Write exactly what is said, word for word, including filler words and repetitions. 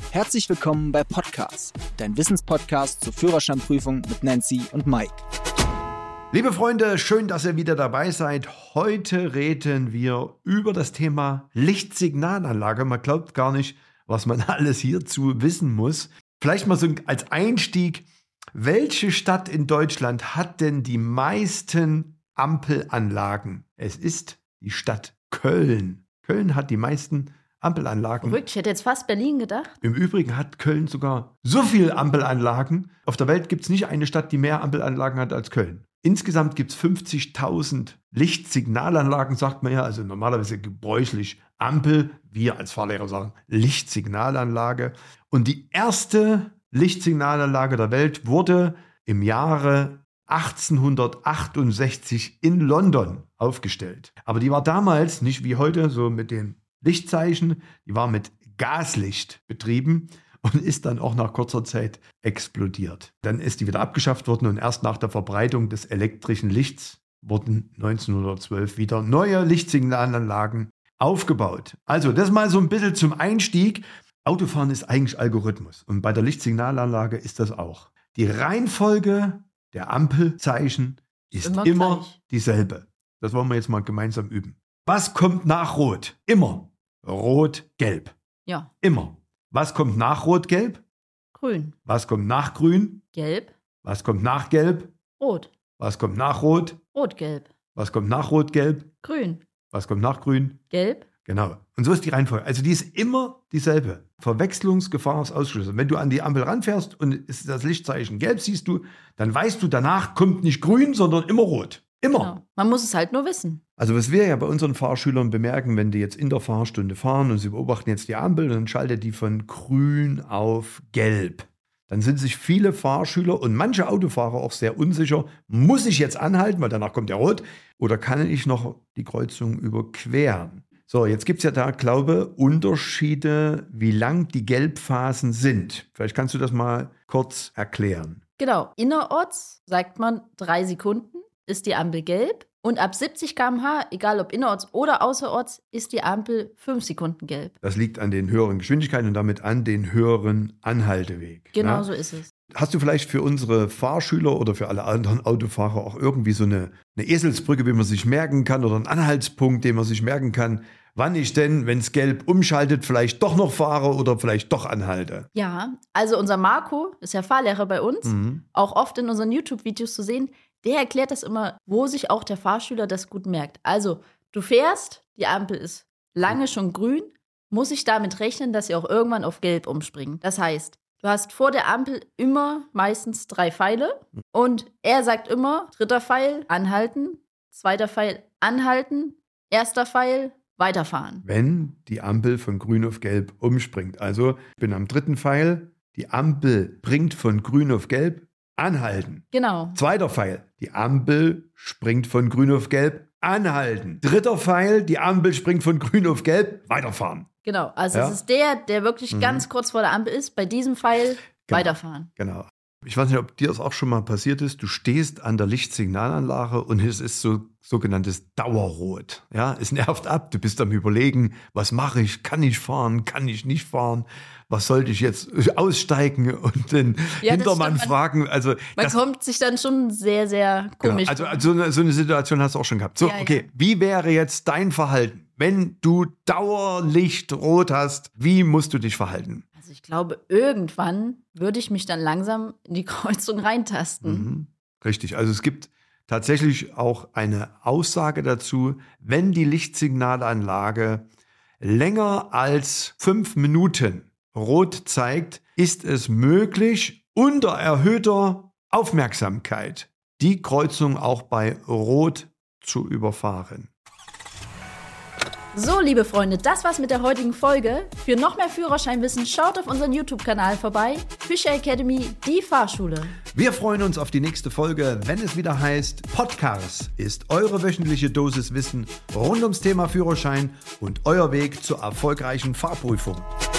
Herzlich willkommen bei Podcast, dein Wissenspodcast zur Führerscheinprüfung mit Nancy und Mike. Liebe Freunde, schön, dass ihr wieder dabei seid. Heute reden wir über das Thema Lichtsignalanlage. Man glaubt gar nicht, was man alles hierzu wissen muss. Vielleicht mal so als Einstieg, welche Stadt in Deutschland hat denn die meisten Ampelanlagen? Es ist die Stadt Köln. Köln hat die meisten Ampelanlagen. Verrückt, ich hätte jetzt fast Berlin gedacht. Im Übrigen hat Köln sogar so viele Ampelanlagen. Auf der Welt gibt es nicht eine Stadt, die mehr Ampelanlagen hat als Köln. Insgesamt gibt es fünfzigtausend Lichtsignalanlagen, sagt man ja, also normalerweise gebräuchlich Ampel. Wir als Fahrlehrer sagen Lichtsignalanlage. Und die erste Lichtsignalanlage der Welt wurde im Jahre achtzehnhundertachtundsechzig in London aufgestellt. Aber die war damals nicht wie heute so mit den Lichtzeichen, die war mit Gaslicht betrieben und ist dann auch nach kurzer Zeit explodiert. Dann ist die wieder abgeschafft worden und erst nach der Verbreitung des elektrischen Lichts wurden neunzehnhundertzwölf wieder neue Lichtsignalanlagen aufgebaut. Also das mal so ein bisschen zum Einstieg. Autofahren ist eigentlich Algorithmus und bei der Lichtsignalanlage ist das auch. Die Reihenfolge der Ampelzeichen ist immer, immer dieselbe. Das wollen wir jetzt mal gemeinsam üben. Was kommt nach Rot? Immer. Rot, Gelb. Ja. Immer. Was kommt nach Rot, Gelb? Grün. Was kommt nach Grün? Gelb. Was kommt nach Gelb? Rot. Was kommt nach Rot? Rot-Gelb. Was kommt nach Rot, Gelb? Grün. Was kommt nach Grün? Gelb. Genau. Und so ist die Reihenfolge. Also die ist immer dieselbe. Verwechslungsgefahr ist ausgeschlossen. Wenn du an die Ampel ranfährst und ist das Lichtzeichen gelb siehst du, dann weißt du, danach kommt nicht grün, sondern immer rot. Immer. Genau. Man muss es halt nur wissen. Also was wir ja bei unseren Fahrschülern bemerken, wenn die jetzt in der Fahrstunde fahren und sie beobachten jetzt die Ampel, dann schaltet die von grün auf gelb. Dann sind sich viele Fahrschüler und manche Autofahrer auch sehr unsicher, muss ich jetzt anhalten, weil danach kommt ja rot, oder kann ich noch die Kreuzung überqueren? So, jetzt gibt es ja da, glaube ich, Unterschiede, wie lang die Gelbphasen sind. Vielleicht kannst du das mal kurz erklären. Genau, innerorts sagt man drei Sekunden ist die Ampel gelb und ab siebzig Kilometer pro Stunde, egal ob innerorts oder außerorts, ist die Ampel fünf Sekunden gelb. Das liegt an den höheren Geschwindigkeiten und damit an den höheren Anhalteweg. Genau na? So ist es. Hast du vielleicht für unsere Fahrschüler oder für alle anderen Autofahrer auch irgendwie so eine, eine Eselsbrücke, wie man sich merken kann, oder einen Anhaltspunkt, den man sich merken kann, wann ich denn, wenn es gelb umschaltet, vielleicht doch noch fahre oder vielleicht doch anhalte? Ja, also unser Marco ist ja Fahrlehrer bei uns, mhm. auch oft in unseren YouTube-Videos zu sehen. Der erklärt das immer, wo sich auch der Fahrschüler das gut merkt. Also, du fährst, die Ampel ist lange schon grün, muss ich damit rechnen, dass sie auch irgendwann auf gelb umspringen. Das heißt, du hast vor der Ampel immer meistens drei Pfeile und er sagt immer, dritter Pfeil, anhalten, zweiter Pfeil, anhalten, erster Pfeil, weiterfahren. Wenn die Ampel von grün auf gelb umspringt. Also, ich bin am dritten Pfeil, die Ampel bringt von grün auf gelb, anhalten. Genau. Zweiter Pfeil, die Ampel springt von grün auf gelb, anhalten. Dritter Pfeil, die Ampel springt von grün auf gelb, weiterfahren. Genau, also ja? es ist der, der wirklich mhm. ganz kurz vor der Ampel ist, bei diesem Pfeil genau. weiterfahren. Genau. Ich weiß nicht, ob dir das auch schon mal passiert ist. Du stehst an der Lichtsignalanlage und es ist so sogenanntes Dauerrot. Ja, es nervt ab. Du bist am Überlegen, was mache ich? Kann ich fahren? Kann ich nicht fahren? Was sollte ich jetzt aussteigen und den ja, Hintermann stimmt, fragen? Also man das, kommt sich dann schon sehr, sehr komisch. Genau, also, also so, eine, so eine Situation hast du auch schon gehabt. So, ja, okay, ja. Wie wäre jetzt dein Verhalten, wenn du Dauerlichtrot hast? Wie musst du dich verhalten? Also ich glaube, irgendwann würde ich mich dann langsam in die Kreuzung reintasten. Mhm. Richtig, also es gibt tatsächlich auch eine Aussage dazu, wenn die Lichtsignalanlage länger als fünf Minuten rot zeigt, ist es möglich, unter erhöhter Aufmerksamkeit die Kreuzung auch bei Rot zu überfahren. So, liebe Freunde, das war's mit der heutigen Folge. Für noch mehr Führerscheinwissen schaut auf unseren YouTube-Kanal vorbei. Fischer Academy, die Fahrschule. Wir freuen uns auf die nächste Folge, wenn es wieder heißt, Podcast ist eure wöchentliche Dosis Wissen rund ums Thema Führerschein und euer Weg zur erfolgreichen Fahrprüfung.